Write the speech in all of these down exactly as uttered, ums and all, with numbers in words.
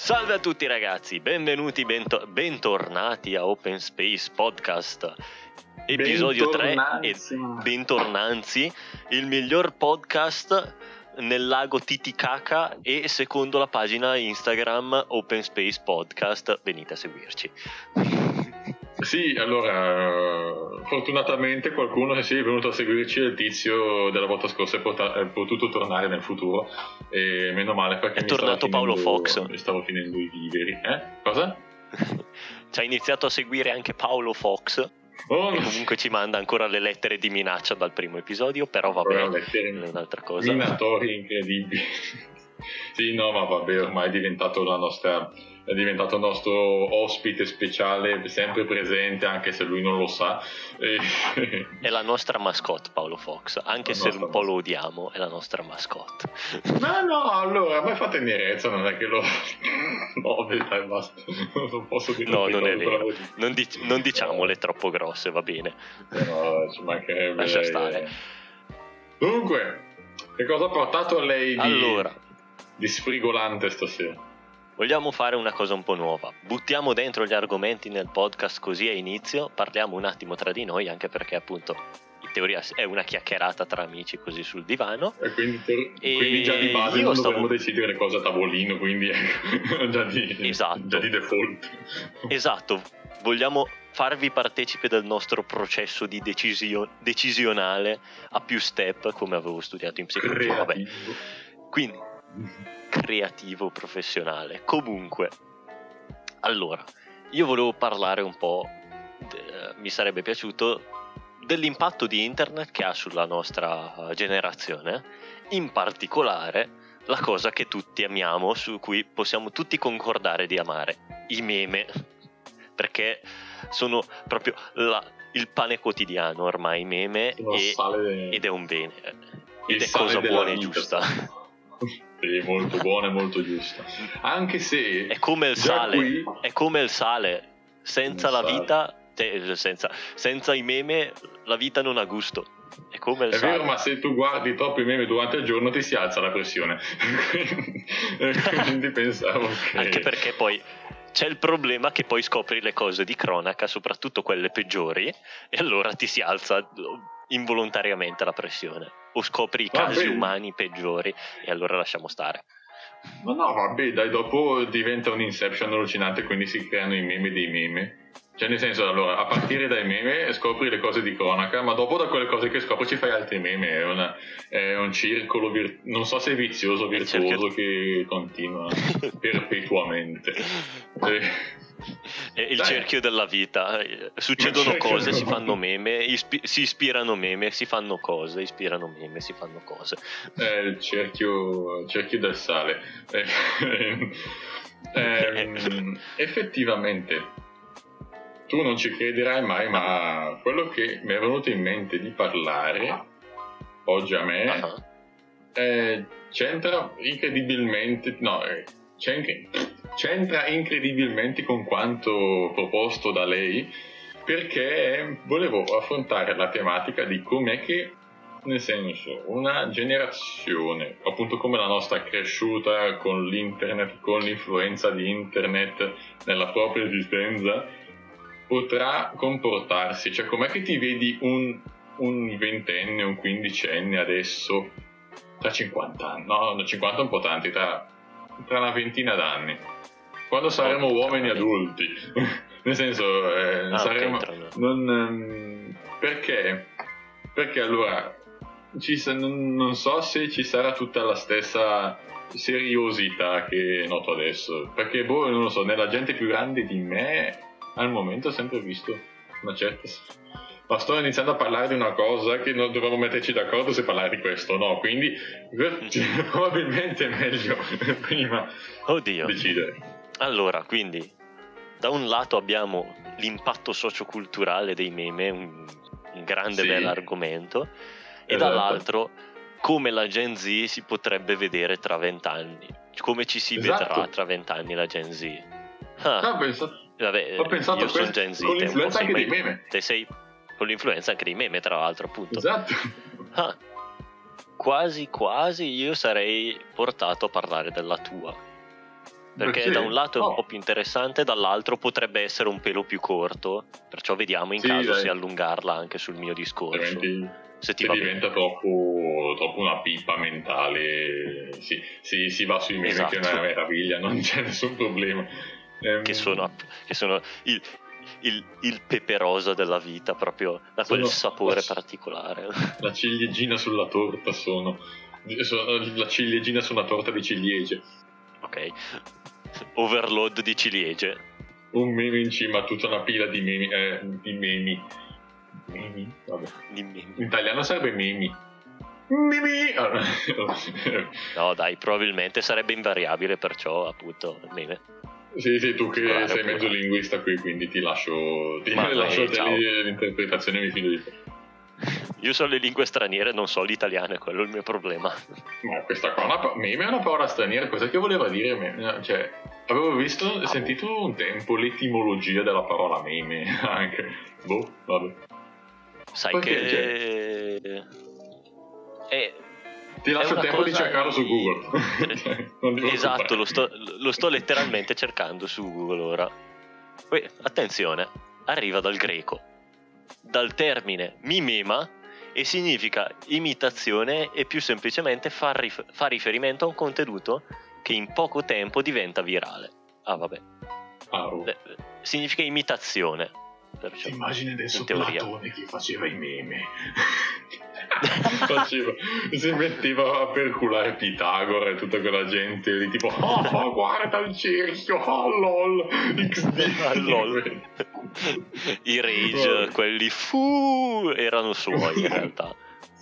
Salve a tutti ragazzi, benvenuti, bento- bentornati a Open Space Podcast, episodio tre e bentornanzi, il miglior podcast nel lago Titicaca e secondo la pagina Instagram Open Space Podcast, venite a seguirci. Sì, allora, fortunatamente qualcuno che sì, è venuto a seguirci, il tizio della volta scorsa è, porta- è potuto tornare nel futuro e meno male perché è mi tornato Paolo finendo, Fox. mi stavo finendo i viveri. Eh? Cosa? Ci ha iniziato a seguire anche Paolo Fox. Oh, e comunque ci manda ancora le lettere di minaccia dal primo episodio, però vabbè, è un'altra cosa. Minatori incredibili. Sì, no, ma vabbè, ormai è diventato la nostra, è diventato il nostro ospite speciale, sempre presente, anche se lui non lo sa. E... È la nostra mascotte, Paolo Fox, anche la se un po' mascotte. lo odiamo, è la nostra mascotte. Ma no, allora, a me fa tenerezza, non è che lo... No, dai, basta, non posso dire. No, non è vero, non, dic- non diciamole troppo grosse, va bene. No, ci mancherebbe. Lascia stare. Dunque, che cosa ha portato a lei di... Allora... di sfrigolante stasera? Vogliamo fare una cosa un po' nuova. Buttiamo dentro gli argomenti nel podcast così a inizio, parliamo un attimo tra di noi, anche perché appunto in teoria è una chiacchierata tra amici così sul divano. E quindi, ter- e quindi già di base non stavo... dovremmo decidere le cose a tavolino, quindi già, di, esatto. già di default. Esatto, vogliamo farvi partecipe del nostro processo di decisio- decisionale a più step, come avevo studiato in psicologia. Vabbè. Quindi creativo professionale. Comunque, allora, io volevo parlare un po', de- mi sarebbe piaciuto, dell'impatto di internet che ha sulla nostra generazione, in particolare la cosa che tutti amiamo, su cui possiamo tutti concordare di amare, i meme, perché sono proprio la, il pane quotidiano ormai, i meme, e, sale... ed è un bene, il ed è cosa buona e vita, giusta. Sì, molto buona e molto giusta. Anche se è come il sale, qui... è come il sale, senza il la sale. vita, te, senza, senza i meme la vita non ha gusto. È come il è sale. vero, ma se tu guardi troppi meme durante il giorno ti si alza la pressione. Quindi pensavo che... Anche perché poi c'è il problema che poi scopri le cose di cronaca, soprattutto quelle peggiori, e allora ti si alza involontariamente la pressione, o scopri i casi vabbè. umani peggiori e allora lasciamo stare. Ma no, vabbè, dai, dopo diventa un Inception allucinante, quindi si creano i meme dei meme. Cioè, nel senso, allora, a partire dai meme scopri le cose di cronaca, ma dopo da quelle cose che scopri ci fai altri meme. È, una, è un circolo, vir- non so se è vizioso o virtuoso, circolo... che continua perpetuamente. E... È il Dai. cerchio della vita, succedono cose, si fanno meme, ispi- si ispirano meme, si fanno cose, ispirano meme, si fanno cose. È il cerchio, il cerchio del sale. Eh, eh, effettivamente, tu non ci crederai mai, ma quello che mi è venuto in mente di parlare oggi a me uh-huh. eh, c'entra incredibilmente, no, eh, c'entra... c'entra incredibilmente con quanto proposto da lei, perché volevo affrontare la tematica di com'è che, nel senso, una generazione, appunto come la nostra, cresciuta con l'internet, con l'influenza di internet nella propria esistenza, potrà comportarsi. Cioè, com'è che ti vedi un, un ventenne, un quindicenne adesso, tra cinquanta anni, no, cinquanta un po' tanti, tra, tra una ventina d'anni, quando saremo uomini adulti. Nel senso, eh, ah, saremo okay, non, um, perché perché allora ci, non, non so se ci sarà tutta la stessa seriosità che noto adesso, perché boh, non lo so, nella gente più grande di me al momento ho sempre visto una certa, ma sto iniziando a parlare di una cosa che non dovremmo metterci d'accordo se parlare di questo o no, quindi mm-hmm. probabilmente è meglio prima Oddio. decidere. Allora, quindi, da un lato abbiamo l'impatto socioculturale dei meme, un, un grande sì. bel argomento, e esatto. dall'altro come la Gen Z si potrebbe vedere tra vent'anni, come ci si esatto. vedrà tra vent'anni la Gen Z. Ah, no, penso, vabbè, ho pensato io sono questo, Gen Z, con l'influenza anche mai, dei meme. Te sei con l'influenza anche dei meme, tra l'altro, appunto. Esatto. Ah, quasi quasi io sarei portato a parlare della tua. Perché, perché da un lato è un oh. po' più interessante, dall'altro potrebbe essere un pelo più corto, perciò vediamo in sì, caso dai. se allungarla anche sul mio discorso. Diventi, se ti se va diventa troppo, troppo una pippa mentale, sì, sì, si va sui meme esatto. che è una meraviglia, non c'è nessun problema. Ehm... Che sono, che sono il, il, il pepe rosa della vita, proprio da quel sono sapore la, particolare. La ciliegina sulla torta sono, sono la ciliegina su una torta di ciliegie. Ok, overload di ciliegie. Un meme in cima a tutta una pila di memi, eh, di memi. Memi? Vabbè. Di memi. In italiano sarebbe memi. Memi! No dai, probabilmente sarebbe invariabile, perciò appunto meme. Sì, sì, tu che sei mezzo linguista qui, quindi ti lascio, ti Ma lascio a te l'interpretazione, mi fido di te. Io so le lingue straniere, non so l'italiano, è quello il mio problema. Ma questa qua, una, meme è una parola straniera, cosa che voleva dire meme? Cioè, avevo visto, ah, sentito un tempo l'etimologia della parola meme, anche. Boh, vabbè. Sai Perché, che... Cioè... È... Ti lascio tempo di cercarlo su Google. Non esatto, lo sto, lo sto letteralmente cercando su Google ora. Poi, attenzione, arriva dal greco, dal termine mimema, e significa imitazione e più semplicemente fa, rif- fa riferimento a un contenuto che in poco tempo diventa virale. Ah vabbè. Ah, oh. Le, significa imitazione. Perciò, immagini adesso Platone che faceva i meme. Faceva, si metteva a perculare Pitagora e tutta quella gente lì tipo oh, oh guarda il cerchio, oh lol X D ah, lol. I rage oh. quelli fu erano suoi in realtà.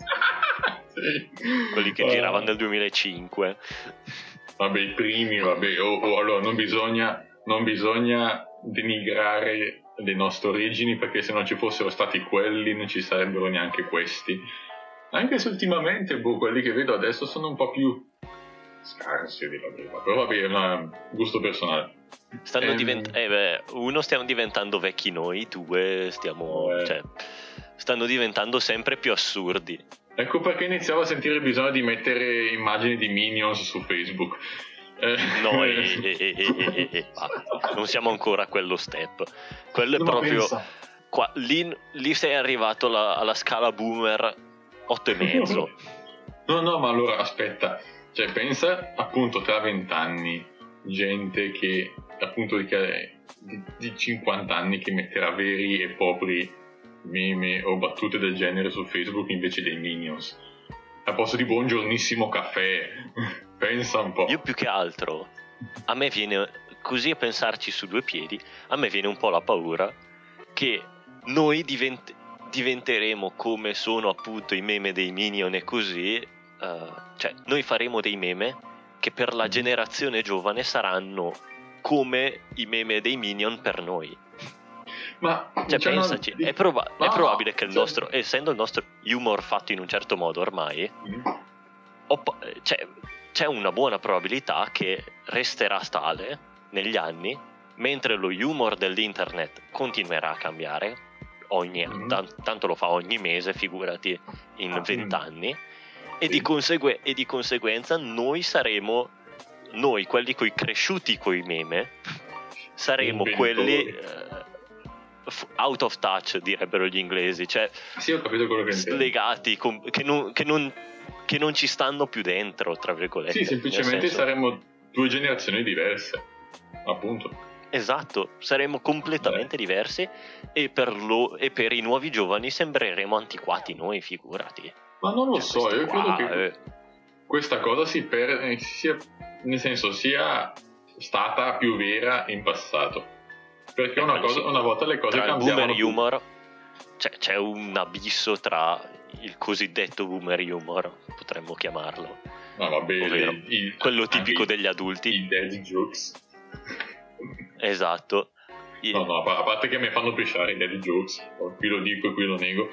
Sì. Quelli che uh. giravano nel duemilacinque. Vabbè, i primi, vabbè, oh, oh, allora non bisogna non bisogna denigrare le nostre origini, perché se non ci fossero stati quelli non ci sarebbero neanche questi. Anche se ultimamente boh, quelli che vedo adesso sono un po' più scarsi, di la però vabbè, è un gusto personale. Stanno ehm... divent- eh beh, uno stiamo diventando vecchi noi, due stiamo eh. cioè, stanno diventando sempre più assurdi. Ecco perché iniziavo a sentire il bisogno di mettere immagini di Minions su Facebook. Eh. No, e, e, e, e, e, ah, non siamo ancora a quello step. Quello è proprio qua, lì, lì sei arrivato la, alla scala boomer otto e mezzo. No, no, ma allora aspetta, cioè pensa appunto tra vent'anni, gente che appunto di, di, di cinquanta anni che metterà veri e propri meme o battute del genere su Facebook invece dei Minions. Al posto di buongiornissimo caffè. Pensa un po'. Io più che altro, a me viene, così a pensarci su due piedi, a me viene un po' la paura che noi divent- diventeremo come sono appunto i meme dei Minion e così, uh, cioè noi faremo dei meme che per la generazione giovane saranno come i meme dei Minion per noi. Ma cioè pensaci, una... è, proba- no, è probabile che il cioè... nostro, essendo il nostro humor fatto in un certo modo ormai, mm. op- cioè, c'è una buona probabilità che resterà tale negli anni, mentre lo humor dell'internet continuerà a cambiare ogni mm. t- tanto lo fa ogni mese, figurati in vent'anni, mm. e, sì. consegue- e di conseguenza noi saremo noi quelli coi cresciuti coi meme saremo quelli eh, out of touch, direbbero gli inglesi, cioè sì, ho capito quello che slegati con, che, non, che, non, che non ci stanno più dentro, tra virgolette. Sì, semplicemente saremo due generazioni diverse, appunto. Esatto, saremo completamente Beh. diversi e per, lo, e per i nuovi giovani sembreremo antiquati noi, figurati. Ma non lo cioè, so, io qua, credo che eh. questa cosa si per, sia, nel senso sia stata più vera in passato. Perché una, cosa, una volta le cose tra cambiavano. Il boomer humor, cioè, c'è un abisso tra il cosiddetto boomer humor, potremmo chiamarlo. No, vabbè, ovvero i, i, quello tipico i, degli adulti. I dead jokes. Esatto. No, no, a parte che mi fanno pesciare i dead jokes, qui lo dico e qui lo nego.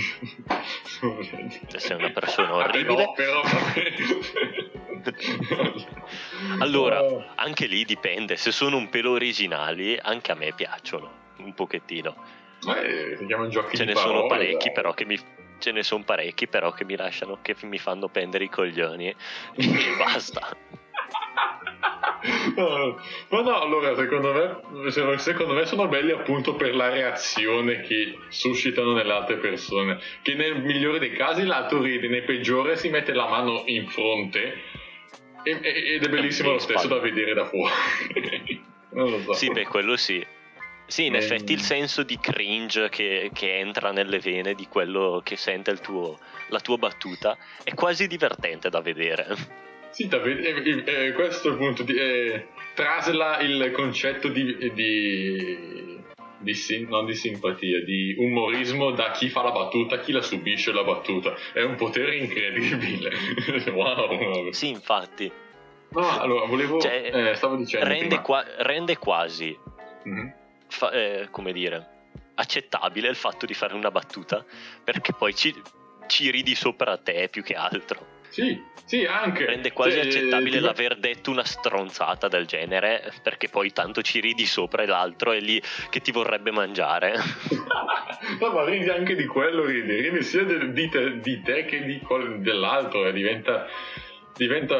Cioè, sei una persona orribile. No, però allora, anche lì dipende, se sono un pelo originali, anche a me piacciono, un pochettino. Eh, si chiamano giochi Ce di ne parole, sono parecchi, dai. però che mi ce ne sono parecchi però che mi lasciano, che mi fanno pendere i coglioni e basta. No, ma no, allora secondo me, secondo me sono belli appunto per la reazione che suscitano nelle altre persone, che nel migliore dei casi l'altro ride, nel peggiore si mette la mano in fronte e, e, ed è bellissimo lo stesso da vedere da fuori. Non lo so. Sì, beh, quello sì. Sì, in Mm. effetti il senso di cringe che, che entra nelle vene di quello che sente il tuo, la tua battuta è quasi divertente da vedere. Sì, davvero, eh, eh, questo è il punto, di, eh, trasla il concetto di, di, di sim- non di simpatia, di umorismo da chi fa la battuta, chi la subisce la battuta. È un potere incredibile. Wow. Sì, infatti. No, allora, volevo, Cioè, eh, stavo dicendo rende, prima. qua- rende quasi, Mhm. fa- eh, come dire, accettabile il fatto di fare una battuta, perché poi ci, ci ridi sopra a te più che altro. Sì, sì, anche. Rende quasi Cioè, accettabile tipo- l'aver detto una stronzata del genere, perché poi tanto ci ridi sopra e l'altro è lì che ti vorrebbe mangiare. No, ma ridi anche di quello, ridi, ridi sia del- di, te, di te che di quel- dell'altro, e diventa diventa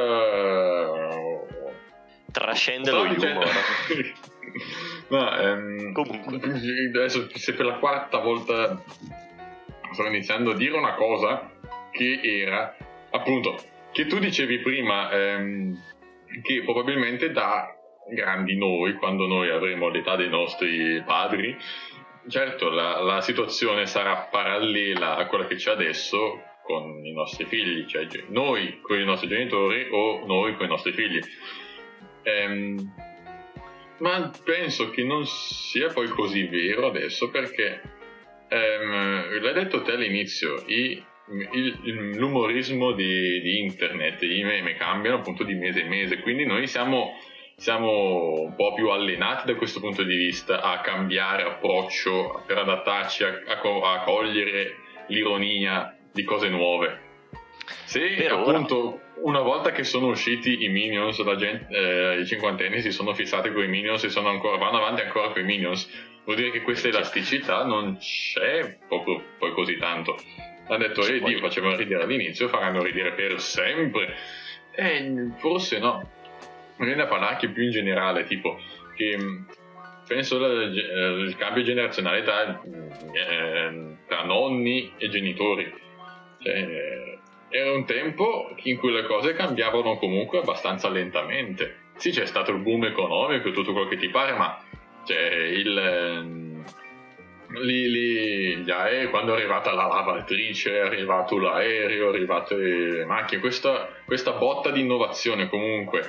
Trascende Stavo lo dicendo- humor. No, ehm, Comunque. adesso se per la quarta volta sto iniziando a dire una cosa che era appunto che tu dicevi prima, ehm, che probabilmente da grandi noi, quando noi avremo l'età dei nostri padri, certo la, la situazione sarà parallela a quella che c'è adesso con i nostri figli, cioè noi con i nostri genitori o noi con i nostri figli. Ehm, ma penso che non sia poi così vero adesso, perché ehm, l'hai detto te all'inizio, i, il, l'umorismo di, di internet, i meme cambiano appunto di mese in mese, quindi noi siamo, siamo un po' più allenati da questo punto di vista a cambiare approccio per adattarci a, a, a cogliere l'ironia di cose nuove. Se Per appunto ora. una volta che sono usciti i Minions, la gente, eh, i cinquantenni si sono fissati con i Minions e sono ancora, vanno avanti ancora con i Minions, vuol dire che questa elasticità non c'è proprio poi così tanto. Hanno detto, Sì, eh poi- Dio, facevano ridere all'inizio, faranno ridere per sempre. Eh, forse no. Mi viene a parlare anche più in generale, tipo che mh, penso al eh, il cambio generazionale tra, eh, tra nonni e genitori. Cioè, era un tempo in cui le cose cambiavano comunque abbastanza lentamente. Sì, c'è stato il boom economico e tutto quello che ti pare, ma cioè, il, ehm, lì, lì, gli aerei, quando è arrivata la lavatrice, è arrivato l'aereo, è arrivate le macchine, questa, questa botta di innovazione comunque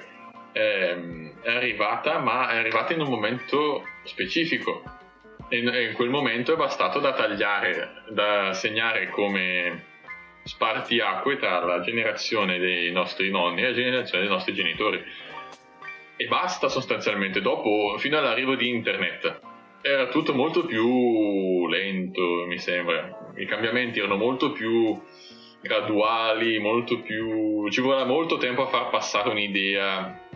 ehm, è arrivata, ma è arrivata in un momento specifico. E in, in quel momento è bastato da tagliare, da segnare come spartiacque tra la generazione dei nostri nonni e la generazione dei nostri genitori, e basta sostanzialmente. Dopo, fino all'arrivo di internet, era tutto molto più lento, mi sembra. I cambiamenti erano molto più graduali, molto più ci voleva molto tempo a far passare un'idea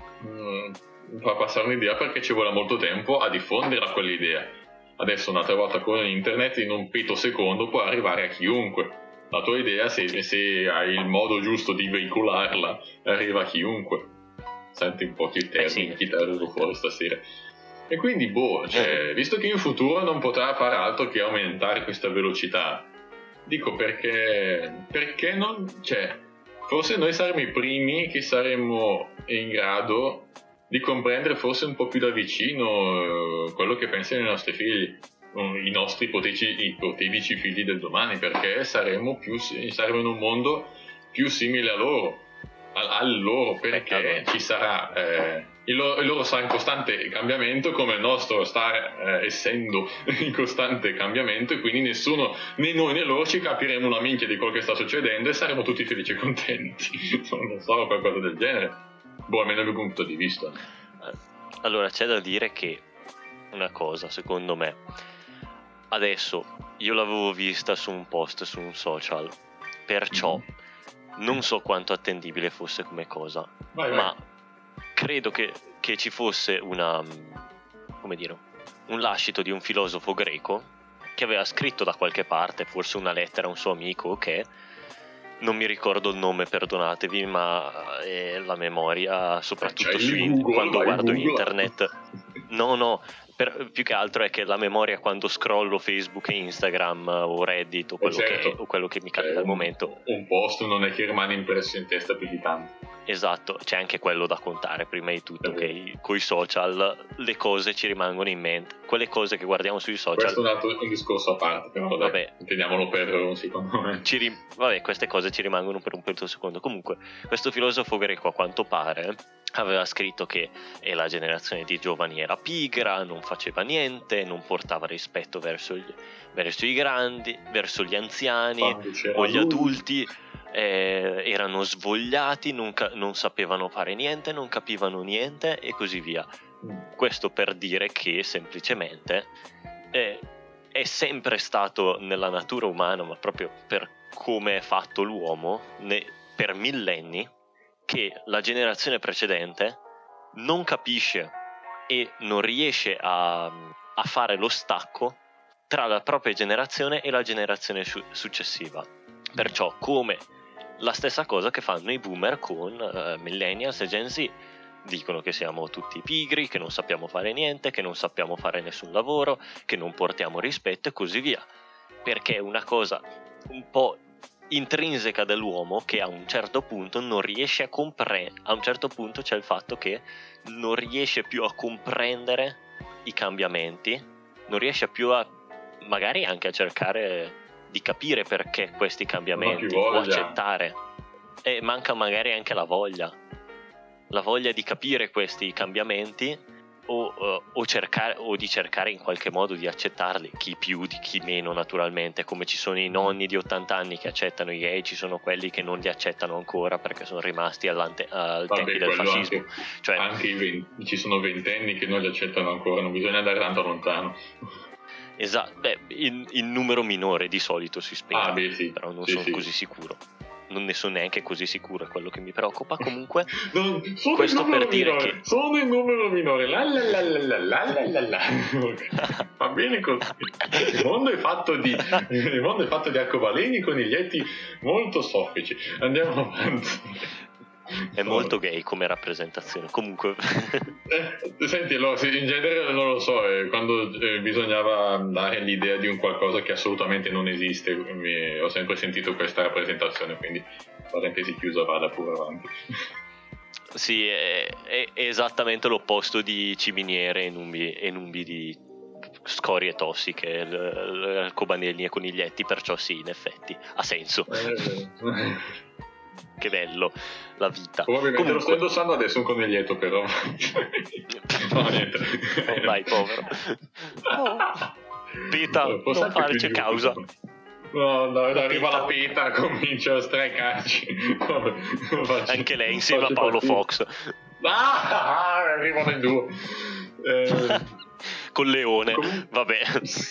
mh, far passare un'idea perché ci vuole molto tempo a diffonderla quell'idea. Adesso un'altra volta con internet, in un pito secondo può arrivare a chiunque. La tua idea, se, se hai il modo giusto di veicolarla, arriva a chiunque. Senti un po' che termini, Eh sì. chi termino fuori stasera. E quindi, boh, cioè, visto che in futuro non potrà fare altro che aumentare questa velocità, dico perché, perché non, cioè, forse noi saremmo i primi che saremmo in grado di comprendere forse un po' più da vicino eh, quello che pensano i nostri figli, i nostri ipotetici, ipotetici figli del domani, perché saremo, più, saremo in un mondo più simile a loro, a, a loro, perché ci sarà eh, il, loro, il loro sarà in costante cambiamento, come il nostro sta eh, essendo in costante cambiamento, e quindi nessuno, né noi né loro, ci capiremo una minchia di quello che sta succedendo e saremo tutti felici e contenti. Non lo so, qualcosa del genere, boh, almeno dal mio punto di vista. Allora, c'è da dire che una cosa, secondo me, adesso io l'avevo vista su un post su un social, perciò mm-hmm. non so quanto attendibile fosse come cosa, vai, ma vai. credo che, che ci fosse una, come dire, un lascito di un filosofo greco che aveva scritto da qualche parte, forse una lettera a un suo amico, che non mi ricordo il nome, perdonatevi, ma è la memoria, soprattutto C'hai su il in- Google, quando vai, guardo Google. internet. No, no, per- più che altro è che la memoria quando scrollo Facebook e Instagram o Reddit o Eh, quello, certo. che, o quello che mi Cioè, capita al un, momento. un post non è che rimane impresso in testa più di tanto. Esatto, c'è anche quello da contare prima di tutto, È che vero. con i social le cose ci rimangono in mente. Quelle cose che guardiamo sui social, Questo è un altro un discorso a parte, però dai, vabbè, teniamolo per un secondo me. ci rim- vabbè, queste cose ci rimangono per un periodo secondo. Comunque, questo filosofo greco, a quanto pare, aveva scritto che eh, la generazione di giovani era pigra, non faceva niente, non portava rispetto verso, gli- verso i grandi, verso gli anziani Quando c'era o gli lui. adulti. Eh, erano svogliati, non, ca- non sapevano fare niente, non capivano niente e così via. Mm. Questo per dire che semplicemente eh, è sempre stato nella natura umana, ma proprio per come è fatto l'uomo, ne- per millenni, che la generazione precedente non capisce e non riesce a, a fare lo stacco tra la propria generazione e la generazione su- successiva. Perciò, come la stessa cosa che fanno i boomer con uh, millennials e Gen Z, dicono che siamo tutti pigri, che non sappiamo fare niente, che non sappiamo fare nessun lavoro, che non portiamo rispetto e così via, perché è una cosa un po' intrinseca dell'uomo che a un certo punto non riesce a comprendere. A un certo punto c'è il fatto che non riesce più a comprendere i cambiamenti, non riesce più a magari anche a cercare di capire perché questi cambiamenti o accettare, e manca magari anche la voglia la voglia di capire questi cambiamenti o, uh, o, cercare, o di cercare in qualche modo di accettarli, chi più di chi meno naturalmente, come ci sono i nonni di ottanta anni che accettano i gay, ci sono quelli che non li accettano ancora perché sono rimasti al Vabbè, tempi del fascismo, anche, cioè, anche i venti, ci sono ventenni che non li accettano ancora, non bisogna andare tanto lontano. Esatto, beh, il, il numero minore di solito si spiega, ah, beh, sì, però non sì, sono sì. così sicuro. Non ne sono neanche così sicuro, è quello che mi preoccupa. Comunque, non, sono questo il numero per dire minore, che sono il numero minore. La la la la la la la la. Va bene così. Il mondo è fatto di il mondo è fatto di arcobaleni, coniglietti molto soffici. Andiamo avanti. È molto gay come rappresentazione. Comunque, eh, senti, lo, in genere non lo so, eh, quando eh, bisognava dare l'idea di un qualcosa che assolutamente non esiste, mi, ho sempre sentito questa rappresentazione, quindi parentesi chiusa, vada pure avanti. Sì, è, è esattamente l'opposto di ciminiere e numbi, e numbi di scorie tossiche, arcobaleni e coniglietti, perciò sì, in effetti ha senso. Eh, Che bello la vita. Probabilmente Comunque, lo sto indossando adesso un coniglietto, però no, niente. Oh, dai, povero. Oh. Peta, Forse non farci più causa. No, no, La arriva Peta. la Peta, comincia a strecarci. Faccio, anche lei insieme a Paolo partire. Fox. Ah, arrivano in due. Eh, Con Leone, com- vabbè.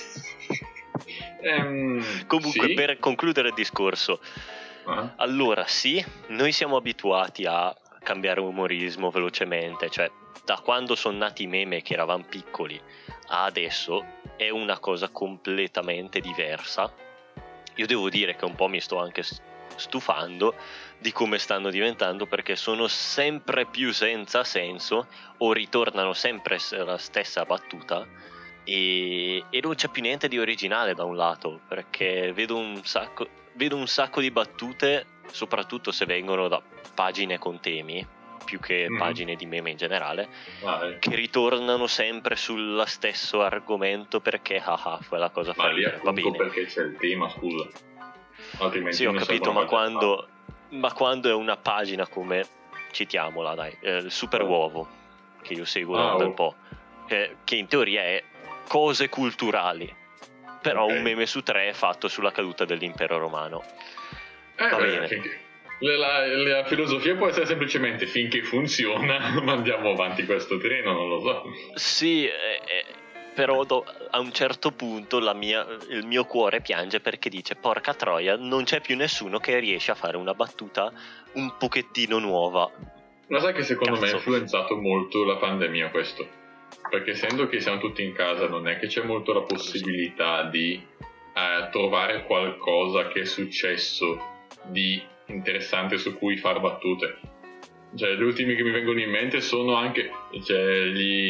ehm, Comunque, sì? per concludere il discorso, Ah. allora sì, noi siamo abituati a cambiare umorismo velocemente, cioè da quando sono nati i meme che eravamo piccoli a adesso è una cosa completamente diversa. Io devo dire che un po' mi sto anche stufando di come stanno diventando, perché sono sempre più senza senso o ritornano sempre la stessa battuta e, e non c'è più niente di originale da un lato, perché vedo un sacco vedo un sacco di battute, soprattutto se vengono da pagine con temi più che Mm. pagine di meme in generale, Vai. che ritornano sempre sullo stesso argomento perché haha, quella cosa fa Ma lì ridere, va appunto bene. perché c'è il tema, scusa. Altrimenti Sì, ho non capito, servono ma a quando, ma quando è una pagina come, citiamola dai, eh, il Super Oh. Uovo, che io seguo da Ah, un bel oh. po', eh, che in teoria è cose culturali, però Ok. un meme su tre è fatto sulla caduta dell'impero romano. Eh, Va beh, bene. finché- La, la filosofia può essere semplicemente finché funziona mandiamo avanti questo treno, non lo so. Sì, eh, eh, però do- a un certo punto la mia, il mio cuore piange perché dice porca troia, non c'è più nessuno che riesce a fare una battuta un pochettino nuova. Ma sai che secondo me Cazzo. ha influenzato molto la pandemia questo? Perché essendo che siamo tutti in casa non è che c'è molto la possibilità di eh, trovare qualcosa che è successo di interessante su cui far battute. Cioè, gli ultimi che mi vengono in mente sono anche cioè,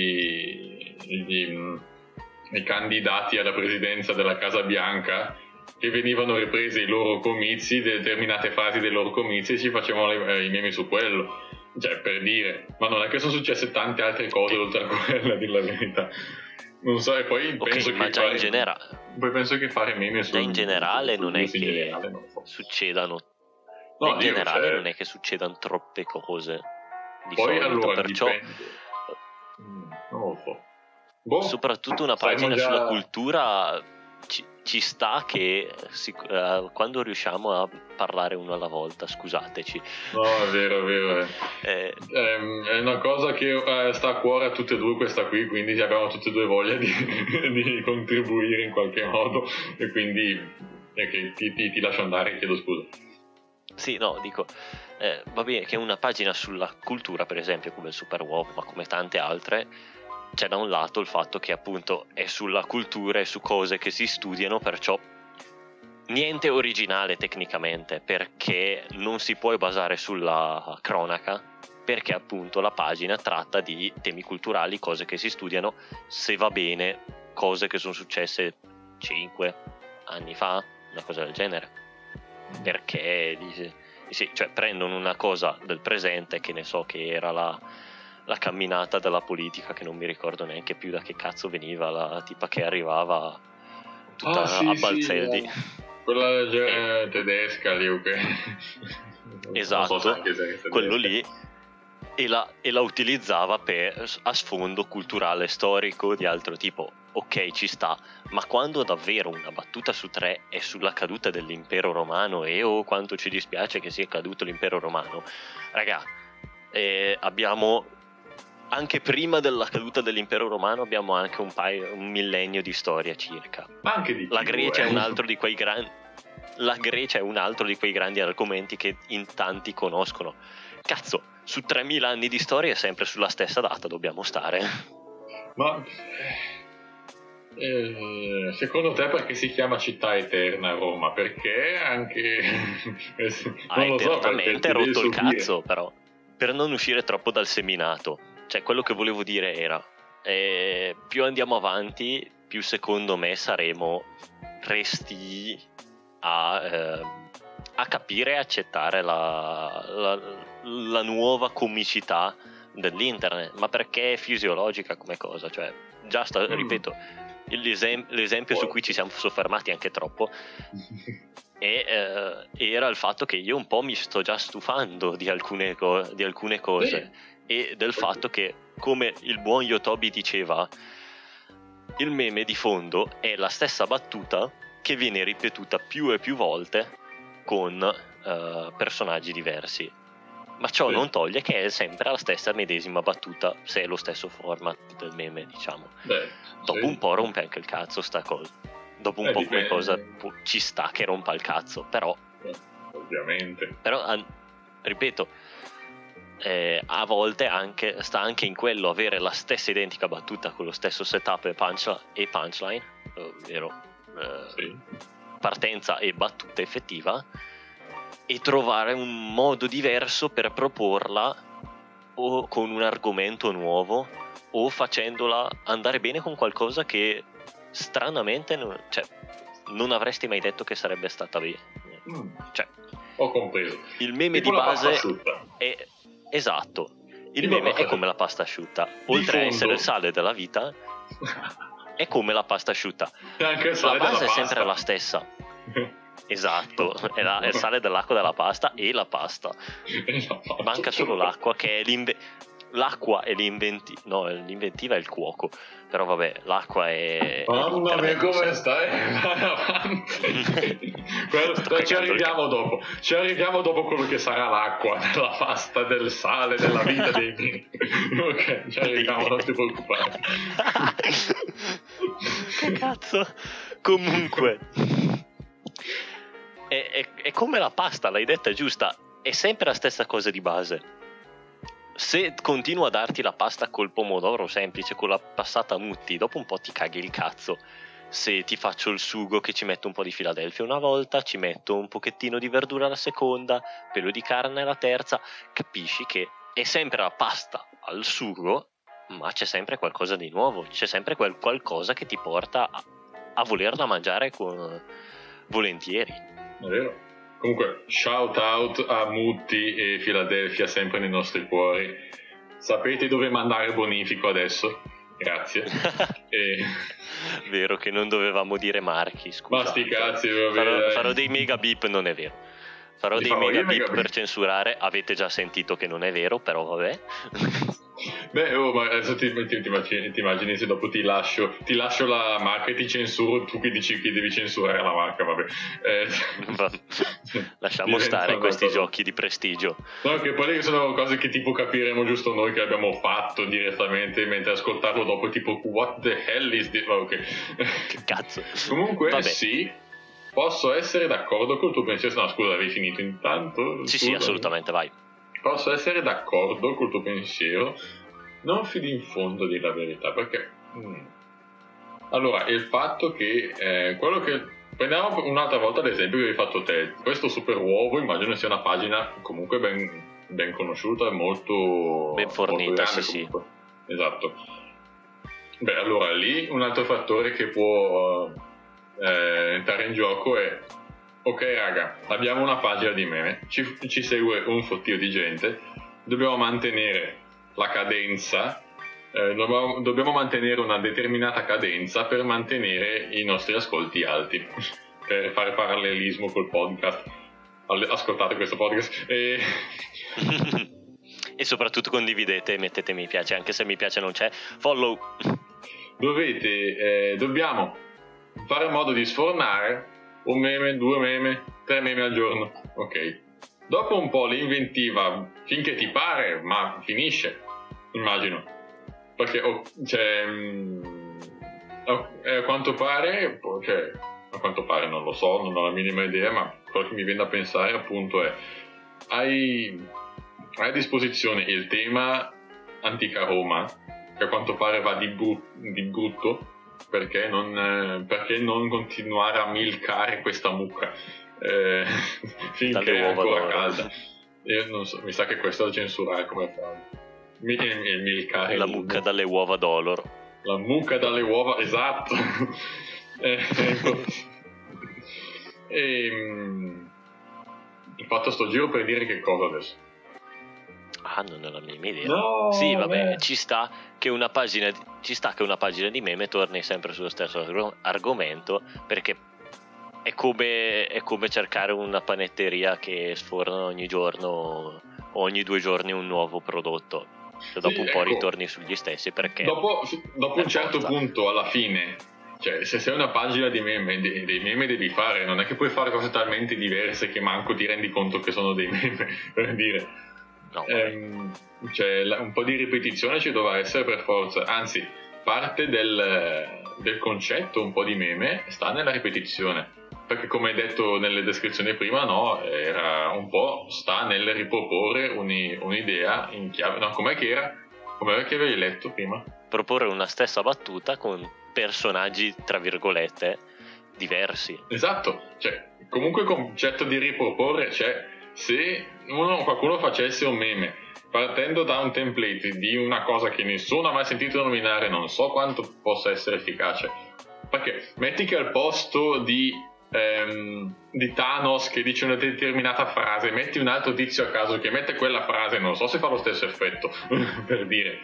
gli, gli, i candidati alla presidenza della Casa Bianca, che venivano ripresi i loro comizi, determinate frasi dei loro comizi, e ci facevano le, i meme su quello. Cioè, per dire, ma non è che sono successe tante altre cose oltre a quella, a dir la verità. Non so, e poi okay, penso ma che già fare, in generale poi penso che fare meme su, già in generale su, non è su, che generale, non so. succedano no, in dico, generale cioè, non è che succedano troppe cose di poi solito, allora perciò dipende. Mm, non lo so. Boh, soprattutto una saremo pagina già... sulla cultura ci, ci sta che si, uh, quando riusciamo a parlare uno alla volta, scusateci. No, è vero, è vero. Eh. eh, Ehm, è una cosa che eh, sta a cuore a tutte e due questa qui, quindi abbiamo tutte e due voglia di, di contribuire in qualche modo, e quindi eh, che ti, ti, ti lascio andare, chiedo scusa. Sì, no, dico, eh, va bene che una pagina sulla cultura, per esempio, come il Superuomo, ma come tante altre, c'è da un lato il fatto che appunto è sulla cultura e su cose che si studiano, perciò niente originale tecnicamente, perché non si può basare sulla cronaca, perché appunto la pagina tratta di temi culturali, cose che si studiano, se va bene, cose che sono successe cinque anni fa, una cosa del genere, perché sì, cioè prendono una cosa del presente, che ne so, che era la la camminata della politica, che non mi ricordo neanche più da che cazzo veniva, la tipa che arrivava tutta ah, sì, a balzelli, sì, quella eh, e... tedesca lì, ok. Esatto, so quello lì, e la, e la utilizzava per, a sfondo culturale, storico, di altro tipo. Ok, ci sta, ma quando davvero una battuta su tre è sulla caduta dell'impero romano e oh quanto ci dispiace che sia caduto l'impero romano, raga, eh, abbiamo anche prima della caduta dell'impero romano abbiamo anche un paio, un millennio di storia circa. Ma anche di più, la Grecia eh. è un altro di quei grandi la Grecia è un altro di quei grandi argomenti che in tanti conoscono. Cazzo, su tremila anni di storia è sempre sulla stessa data dobbiamo stare. Ma eh, secondo te perché si chiama città eterna Roma? Perché anche ha non lo so, eternamente rotto il cazzo, però, per non uscire troppo dal seminato. Cioè, quello che volevo dire era, eh, più andiamo avanti, più secondo me saremo resti a, eh, a capire e accettare la, la, la nuova comicità dell'internet, ma perché è fisiologica come cosa. Cioè, già sta, mm. ripeto, l'esem- l'esempio oh. su cui ci siamo soffermati anche troppo e eh, era il fatto che io un po' mi sto già stufando di alcune, co- di alcune cose, sì. E del fatto che, come il buon Yotobi diceva, il meme di fondo è la stessa battuta che viene ripetuta più e più volte con uh, personaggi diversi, ma ciò sì. non toglie che è sempre la stessa medesima battuta, se è lo stesso format del meme, diciamo. Beh, dopo sì. un po' rompe anche il cazzo sta cosa. Dopo un eh, po' come cosa ci sta che rompa il cazzo, però eh, ovviamente però an- ripeto eh, a volte anche sta anche in quello avere la stessa identica battuta con lo stesso setup e, punch- e punchline, ovvero eh, sì. partenza e battuta effettiva, e trovare un modo diverso per proporla, o con un argomento nuovo, o facendola andare bene con qualcosa che stranamente non, cioè, non avresti mai detto che sarebbe stata bene. Mm. Cioè, ho compreso. Il meme tipo di base è esatto. Il tipo meme è come la pasta asciutta. Oltre a essere il sale della vita, è come la pasta asciutta. Anche il sale la base della è sempre pasta. la stessa. Esatto, è, la, è il sale dell'acqua della pasta e la pasta. Manca solo l'acqua, che è l'inve... l'acqua è l'inventiva, no, l'inventiva è il cuoco. Però vabbè, l'acqua è... Mamma mia, come stai? Vai avanti. Quello, ci arriviamo dopo. Ci arriviamo dopo quello che sarà l'acqua, della pasta, del sale, della vita dei miei. Ok, ci arriviamo, non ti preoccupare. Che cazzo? Comunque... È, è, è come la pasta, l'hai detta giusta, è sempre la stessa cosa di base. Se continuo a darti la pasta col pomodoro semplice, con la passata mutti, dopo un po' ti caghi il cazzo. se ti faccio il sugo che ci metto un po' di Philadelphia una volta, ci metto un pochettino di verdura la seconda, pelo di carne la terza, capisci che è sempre la pasta al sugo, ma c'è sempre qualcosa di nuovo, c'è sempre quel qualcosa che ti porta a, a volerla mangiare con, volentieri. È vero. Comunque, shout out a Mutti e Philadelphia sempre nei nostri cuori. Sapete dove mandare bonifico adesso? Grazie. E... Vero che non dovevamo dire marchi, scusa. Ma sti cazzi, vabbè, farò, farò dei mega beep, non è vero. Farò Ti dei farò mega io beep mega per beep. censurare, avete già sentito che non è vero, però vabbè. Beh, oh, ma adesso ti, ti, ti, immagini, ti immagini se dopo ti lascio ti lascio la marca e ti censuro, tu che dici che devi censurare la marca, vabbè. Eh, Lasciamo stare questi cosa. Giochi di prestigio. No, che poi sono cose che tipo capiremo giusto noi che abbiamo fatto direttamente, mentre ascoltarlo dopo tipo what the hell is this? Oh, okay. Che cazzo. Comunque vabbè. Sì, posso essere d'accordo col tuo pensiero. No, scusa, avevi finito intanto? Sì, scusa. Sì, assolutamente, vai. Posso essere d'accordo col tuo pensiero, non fino in fondo a dire la verità, perché mm, allora il fatto che eh, quello che prendiamo un'altra volta l'esempio che hai fatto te, questo super uovo immagino sia una pagina comunque ben, ben conosciuta e molto ben fornita, molto grande, sì comunque. Sì. Esatto. Beh, allora lì un altro fattore che può eh, entrare in gioco è: ok raga, abbiamo una pagina di meme, ci, ci segue un fottio di gente, dobbiamo mantenere la cadenza, eh, dobbiamo, dobbiamo mantenere una determinata cadenza per mantenere i nostri ascolti alti, per fare parallelismo col podcast. Ascoltate questo podcast e... e soprattutto condividete e mettete mi piace, anche se mi piace non c'è, follow. Dovete, eh, dobbiamo fare in modo di sfornare un meme, due meme, tre meme al giorno, ok. Dopo un po' l'inventiva, finché ti pare, ma finisce, immagino. Perché, oh, cioè, mh, a quanto pare, cioè, a quanto pare non lo so, non ho la minima idea, ma quello che mi viene da pensare appunto è: hai, hai a disposizione il tema Antica Roma, che a quanto pare va di, bru- di brutto, perché non, eh, perché non continuare a milcare questa mucca eh, finché è ancora d'oro. Calda. Io non so, mi sa che questo è da censurare come fa. Mi, mi, milcare la mucca dalle uova d'oro. La mucca dalle uova, esatto. eh, ecco. E, mh, ho fatto sto giro per dire che cosa adesso? Ah, non ho la minima idea. No, sì, vabbè, eh. ci sta che una pagina ci sta che una pagina di meme torni sempre sullo stesso argomento, perché è come, è come cercare una panetteria che sforna ogni giorno o ogni due giorni un nuovo prodotto. Cioè, dopo sì, un po' ecco, ritorni sugli stessi, perché dopo, dopo un certo forza. punto, alla fine, cioè, se sei una pagina di meme, dei, dei meme devi fare, non è che puoi fare cose talmente diverse che manco ti rendi conto che sono dei meme, per dire. No, ehm, cioè, un po' di ripetizione ci dovrà essere per forza, anzi, parte del, del concetto un po' di meme sta nella ripetizione, perché come hai detto nelle descrizioni prima, no, era un po' sta nel riproporre uni, un'idea in chiave, no, com'è che era? Com'è che avevi letto prima? Proporre una stessa battuta con personaggi tra virgolette diversi. Esatto, cioè comunque il concetto di riproporre c'è. Se uno, qualcuno facesse un meme partendo da un template di una cosa che nessuno ha mai sentito nominare, non so quanto possa essere efficace, perché metti che al posto di ehm, di Thanos che dice una determinata frase metti un altro tizio a caso che mette quella frase, non so se fa lo stesso effetto per dire.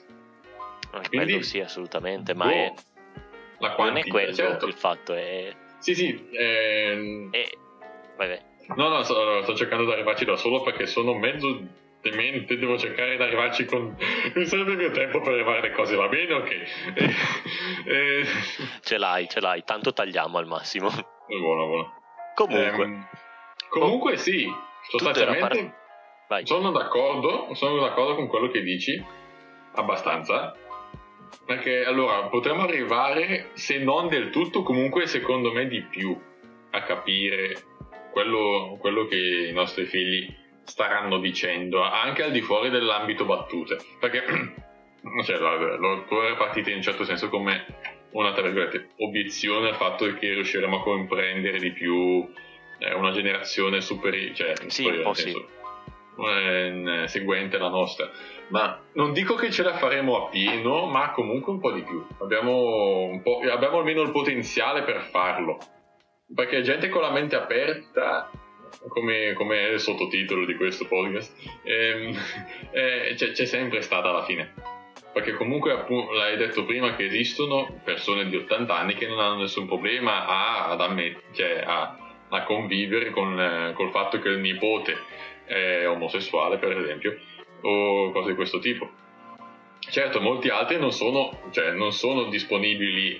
Quindi, quello sì, assolutamente, ma boh, è la quantità, non è quello certo. Il fatto è sì sì ehm... è... vabbè. no no sto, sto cercando di arrivarci da solo perché sono mezzo demente, devo cercare di arrivarci con mi serve il mio tempo per arrivare alle cose, va bene, ok. eh, eh... ce l'hai ce l'hai tanto tagliamo al massimo. Buono, buono. Comunque ehm, comunque oh, sì, sostanzialmente par- sono d'accordo sono d'accordo con quello che dici abbastanza, perché allora potremmo arrivare, se non del tutto, comunque secondo me di più a capire quello, quello che i nostri figli staranno dicendo anche al di fuori dell'ambito battute, perché cioè, lo, lo, tu eri partito in un certo senso come una, tra virgolette, obiezione al fatto che riusciremo a comprendere di più eh, una generazione superi- cioè, sì, superiore, un po' nel senso, sì. eh, seguente alla nostra. Ma non dico che ce la faremo a pieno, ma comunque un po' di più. Abbiamo, un po', abbiamo almeno il potenziale per farlo. Perché gente con la mente aperta, come, come è il sottotitolo di questo podcast, ehm, eh, c'è, c'è sempre stata alla fine. Perché comunque, appunto, l'hai detto prima, che esistono persone di ottanta anni che non hanno nessun problema a, ad ammet- cioè a, a convivere con eh, col fatto che il nipote è omosessuale, per esempio, o cose di questo tipo. Certo, molti altri non sono, cioè, non sono disponibili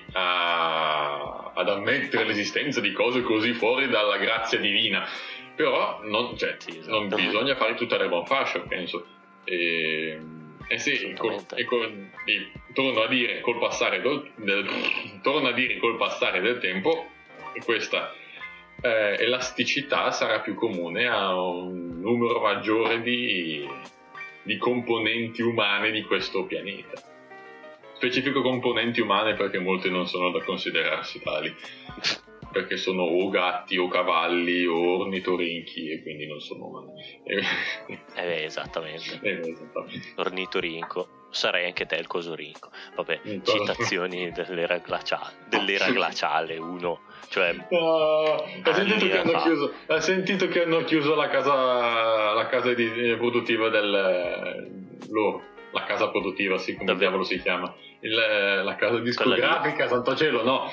a, ad ammettere l'esistenza di cose così fuori dalla grazia divina, però non, cioè, Sì, esatto. non bisogna fare tutta la buon fascio, penso. E, e sì, col, e col, e torno a dire col passare del, del, torno a dire col passare del tempo questa eh, elasticità sarà più comune a un numero maggiore di, di componenti umane di questo pianeta. Specifico componenti umane perché molte non sono da considerarsi tali, perché sono o gatti o cavalli o ornitorinchi e quindi non sono umani. Eh beh, esattamente. Eh, esattamente. Ornitorinco. Sarei anche te il cosorinco. Vabbè, citazioni dell'era glaciale, dell'era glaciale uno, cioè no, hai sentito che hanno fa. chiuso hai sentito che hanno chiuso la casa la casa di, produttiva del loro la casa produttiva, sì, come Davvero? diavolo si chiama, il, la casa discografica, santo cielo, no,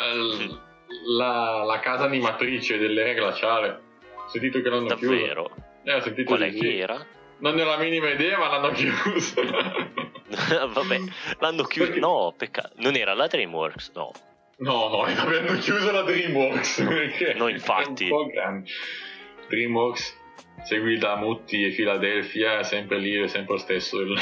la, la casa animatrice dell'era glaciale. Ho sentito che l'hanno Davvero? chiuso. Eh, ho sentito Qual è di che sì. era? Non ne ho la minima idea, ma l'hanno chiuso. Vabbè, l'hanno chiuso. Perché? No, peccato. Non era la DreamWorks, no. No, no, hanno chiuso la DreamWorks. Perché No, infatti. È un po' grande. DreamWorks, seguita Mutti e Philadelphia, sempre lì, è sempre lo stesso. Il...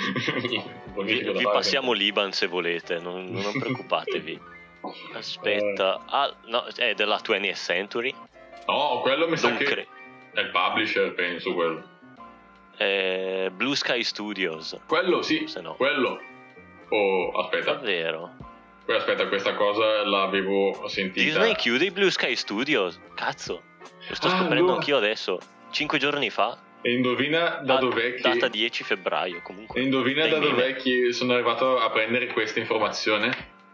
vi vi passiamo l'Iban se volete, non, non preoccupatevi. Aspetta, ah, no, è della twentieth Century. No, quello mi sa Non che cre- è il publisher, penso, quello. Eh, Blue Sky Studios. Quello, sì, Se no. quello. Oh, aspetta. Davvero? Poi aspetta, questa cosa l'avevo sentita. Disney chiude i Blue Sky Studios. Cazzo, lo sto Ah, scoprendo allora. anch'io adesso. Cinque giorni fa. E indovina da Ah, dov'è che... Data dieci febbraio, comunque. E indovina Dai da meme. dov'è che sono arrivato a prendere questa informazione?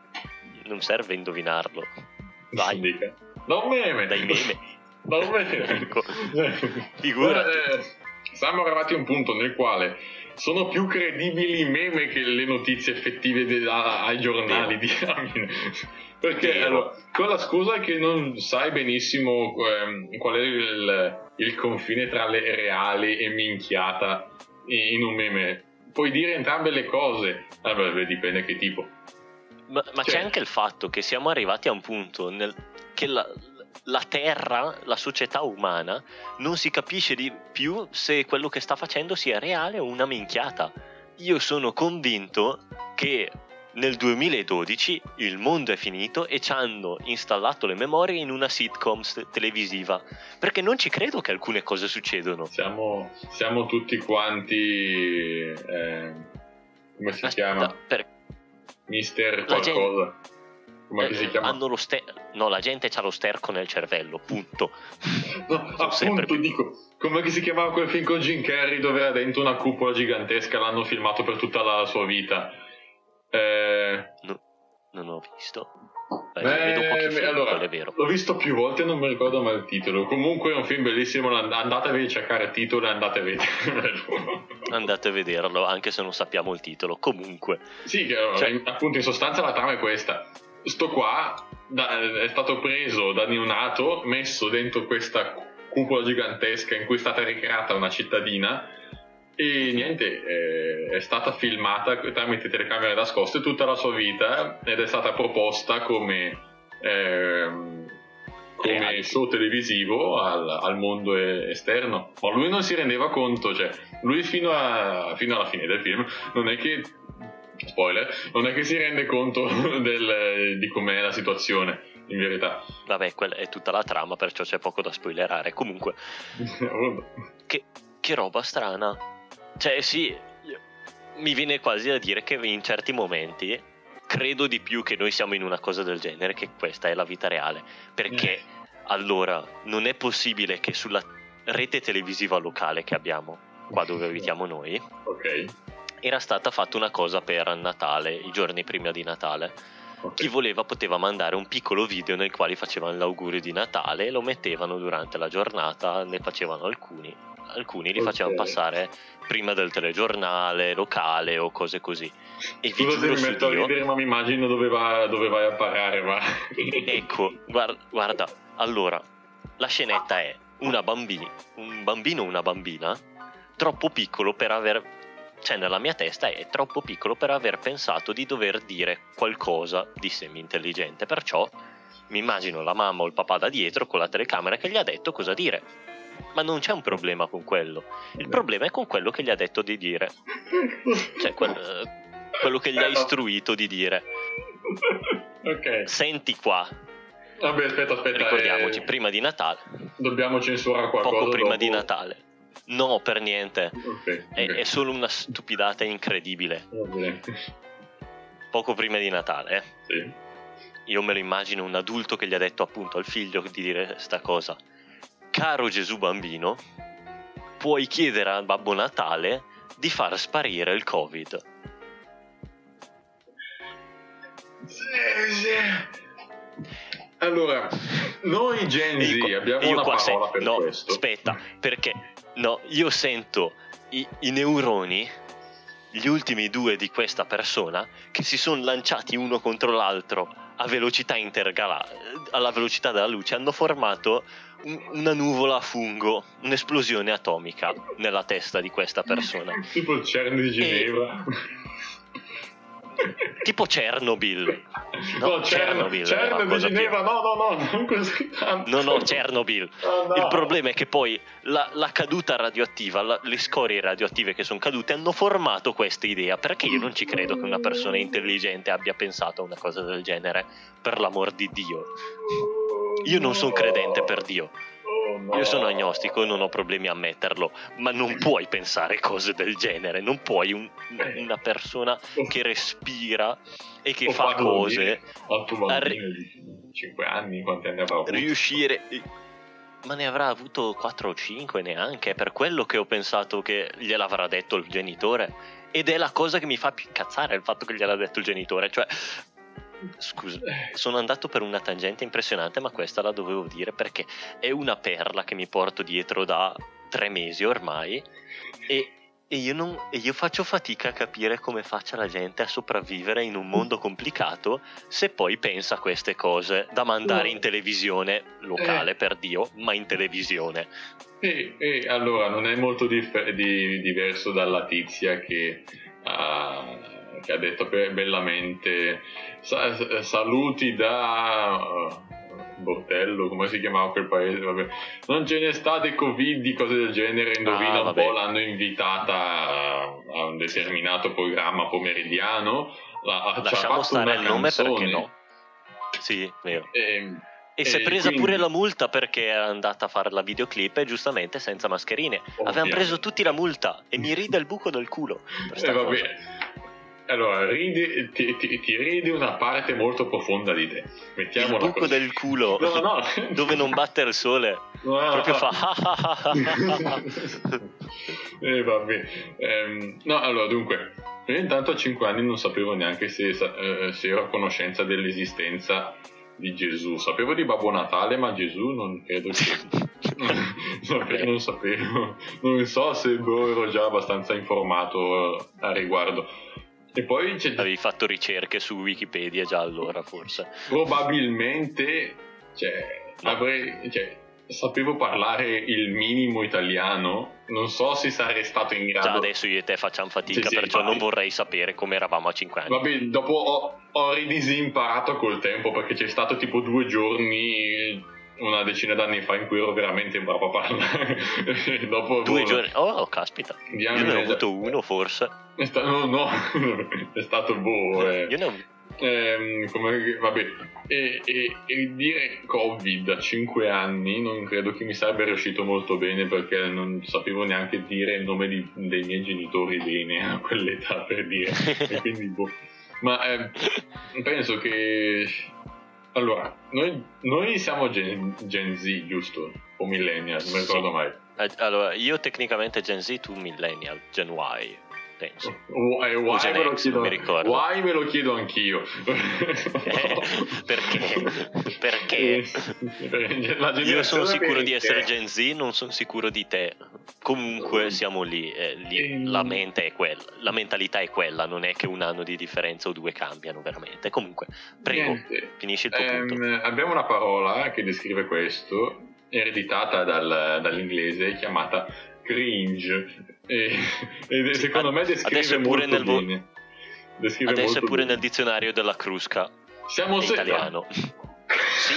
Non serve indovinarlo. Vai. Dica. Da un meme. Dai meme. Da un meme. Ecco. Figurati. Eh, siamo arrivati a un punto nel quale sono più credibili i meme che le notizie effettive de- a- ai giornali, diamine. Perché Vero. allora, con la scusa che non sai benissimo ehm, qual è il, il confine tra le reali e minchiata in un meme, puoi dire entrambe le cose. Allora, beh, dipende che tipo. Ma, ma Cioè- c'è anche il fatto che siamo arrivati a un punto nel che la, la Terra, la società umana, non si capisce di più se quello che sta facendo sia reale o una minchiata. Io sono convinto che nel duemiladodici il mondo è finito e ci hanno installato le memorie in una sitcom s- televisiva, perché non ci credo che alcune cose succedono. Siamo, siamo tutti quanti eh, come si Ma- chiama? da- per- Mister La gente- qualcosa. Come eh, si chiama? hanno lo ster- no, la gente c'ha lo sterco nel cervello, punto. No, Sono sempre appunto, più- dico, come che si chiamava quel film con Jim Carrey dove era dentro una cupola gigantesca, l'hanno filmato per tutta la sua vita. Eh, No, non ho visto. Beh, eh, vedo pochi film, allora, quello è vero. l'ho visto più volte e non mi ricordo mai il titolo. Comunque è un film bellissimo, and- andatevi a cercare il titolo e andate a vederlo. Andate a vederlo, anche se non sappiamo il titolo. Comunque, Sì, che, Cioè- in- appunto in sostanza la trama è questa. Sto qua da- è stato preso da neonato, messo dentro questa cupola gigantesca in cui è stata ricreata una cittadina e niente, eh, è stata filmata tramite telecamere nascoste tutta la sua vita ed è stata proposta come, ehm, come Reality. show televisivo al, al mondo e- esterno, ma lui non si rendeva conto, cioè lui fino, a, fino alla fine del film non è che spoiler, non è che si rende conto del, di com'è la situazione in verità. vabbè, quella è tutta la trama, perciò c'è poco da spoilerare. Comunque, che, che roba strana. Cioè, sì, io- mi viene quasi da dire che in certi momenti credo di più che noi siamo in una cosa del genere che questa è la vita reale, perché Eh. allora non è possibile che sulla rete televisiva locale che abbiamo qua dove abitiamo noi, ok, era stata fatta una cosa per Natale, i giorni prima di Natale. ok. Chi voleva poteva mandare un piccolo video nel quale facevano l'augurio di Natale e lo mettevano durante la giornata, ne facevano alcuni, alcuni li Ok. facevano passare prima del telegiornale locale o cose così. E vi Scusa se giuro mi su metto a Dio, ridere, ma mi immagino dove, va, dove vai a parare, ma... ecco, guarda, guarda, allora, la scenetta è una bambina, un bambino o una bambina troppo piccolo per aver, cioè nella mia testa è troppo piccolo per aver pensato di dover dire qualcosa di semi-intelligente, perciò mi immagino la mamma o il papà da dietro con la telecamera che gli ha detto cosa dire, ma non c'è un problema con quello, il problema è con quello che gli ha detto di dire, cioè quel, quello che gli ha istruito di dire. Ok. Senti qua, Vabbè, aspetta, aspetta. ricordiamoci, eh, prima di Natale, Dobbiamo censurare qualcosa poco prima dopo. di Natale, no, per niente, Ok, è, ok. è solo una stupidata incredibile. Va bene. Poco prima di Natale, eh. Sì. Io me lo immagino un adulto che gli ha detto appunto al figlio di dire sta cosa: caro Gesù bambino, puoi chiedere a Babbo Natale di far sparire il Covid. Sì, sì. Allora, noi Gen E Z io qua- abbiamo io una qua parola se- per no, questo. aspetta, perché no, io sento i, i neuroni, gli ultimi due di questa persona, che si sono lanciati uno contro l'altro a velocità intergala, alla velocità della luce, hanno formato un- una nuvola a fungo, un'esplosione atomica nella testa di questa persona, Tipo il CERN di Ginevra. tipo Chernobyl. No, No, Chernobyl CERN, era CERN di cosa più- Ginevra, no, no, no, non così tanto. No, no, Chernobyl. Oh, no. Il problema è che poi la, la caduta radioattiva, la- le scorie radioattive che sono cadute hanno formato questa idea, perché io non ci credo che una persona intelligente abbia pensato a una cosa del genere, per l'amor di Dio. Io non sono credente per Dio. Oh, no. Io sono agnostico e non ho problemi a ammetterlo, ma non puoi pensare cose del genere, non puoi un- una persona che respira e che Ho fa fatto cose dire al tuo a bambino di cinque anni, quanti anni avrà avuto? riuscire, ma ne avrà avuto quattro o cinque neanche, è per quello che ho pensato che gliel'avrà detto il genitore, ed è la cosa che mi fa più incazzare, il fatto che gliel'ha detto il genitore, cioè scusa, sono andato per una tangente impressionante, ma questa la dovevo dire perché è una perla che mi porto dietro da tre mesi ormai e, e io, non, e io faccio fatica a capire come faccia la gente a sopravvivere in un mondo complicato se poi pensa a queste cose da mandare in televisione locale, per Dio, ma in televisione. E, e allora non è molto dif- di- diverso dalla tizia che ha, che ha detto be- bellamente sa- saluti da uh, Bortello, come si chiamava quel paese, vabbè. Non ce ne sta di Covid, di cose del genere, indovina Ah, un vabbè. po', l'hanno invitata a, a un determinato programma pomeridiano, la, ha- ci ha Lasciamo fatto stare una il nome canzone, perché no. Sì, vero. e, E si è e presa quindi- pure la multa perché era andata a fare la videoclip e giustamente senza mascherine. Avevano Ovviamente. preso tutti la multa e mi ride il buco del culo per sta Eh, va cosa. bene. Allora, ridi, ti, ti, ti ridi una parte molto profonda di te. Il Mettiamola buco così. del culo No, no. dove non batte il sole No, no, proprio no. fa eh, vabbè. Ehm, no, allora, dunque, io intanto a cinque anni non sapevo neanche se, eh, se ero a conoscenza dell'esistenza di Gesù. Sapevo di Babbo Natale, ma Gesù non credo che... Sapevo, non sapevo, non so se boh, ero già abbastanza informato uh, a riguardo. E poi c'è Avevi fatto ricerche su Wikipedia già allora forse. probabilmente, cioè, No. avrei, cioè, sapevo parlare il minimo italiano, non so se sarei stato in grado. Già adesso io e te facciamo fatica, Sì, sì, perciò infatti. non vorrei sapere come eravamo a cinque anni. Vabbè, dopo ho, ho ridisimparato col tempo, perché c'è stato tipo due giorni, una decina d'anni fa, in cui ero veramente bravo a parlare. Dopo Due boh, giorni? Oh, caspita. Io ne ho avuto uno forse. È sta- no, no, è stato boh. Eh. Io ne ho... Ehm, come, vabbè, e, e, e dire Covid a cinque anni non credo che mi sarebbe riuscito molto bene, perché non sapevo neanche dire il nome di, dei miei genitori bene a quell'età, per dire. E quindi boh. Ma eh, penso che... Allora, noi, noi siamo Gen, Gen Z, giusto? O Millennial, non mi ricordo Sì. mai. Allora, io tecnicamente Gen Z, tu Millennial, Gen Y, penso. Uh, eh, why, Gen me lo X, chiedo, non mi ricordo. why me lo chiedo anch'io. Eh, perché? Perché? Io sono sicuro di essere Gen Z, non sono sicuro di te. Comunque siamo lì, eh, lì. La mente è quella, la mentalità è quella, non è che un anno di differenza o due cambiano veramente. Comunque, prego, Niente. finisci il tuo Ehm, punto. Abbiamo una parola che descrive questo, ereditata dal, dall'inglese, chiamata cringe. E, e secondo me descrive adesso è pure molto nel vo- bene. Descrive Adesso molto è pure bene. nel dizionario della Crusca. Siamo È se- italiano. Sì.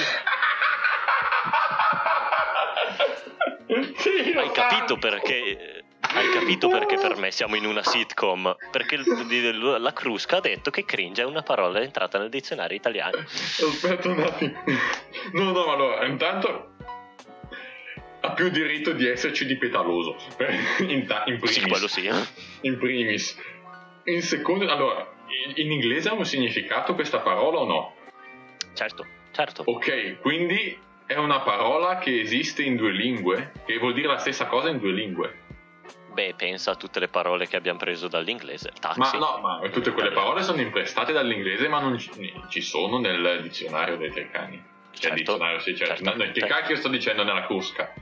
Sì, Hai lo capito fa. perché? Hai capito perché per me siamo in una sitcom? Perché il- la Crusca ha detto che cringe è una parola entrata nel dizionario italiano. Aspetta un attimo. No, no, allora, intanto ha più diritto di esserci di petaloso. In, ta- in primis. Sì, quello sì. In primis. In secondo, allora, in, in inglese ha un significato questa parola o no? Certo, certo. Ok, quindi è una parola che esiste in due lingue, che vuol dire la stessa cosa in due lingue. Beh, pensa a tutte le parole che abbiamo preso dall'inglese. Ma Taxi. no, ma tutte quelle italiano. parole sono imprestate dall'inglese, ma non ci, ci sono nel dizionario dei Treccani. Cioè, Certo, dizionario, sì, certo. certo. No, che cacchio sto dicendo nella Crusca?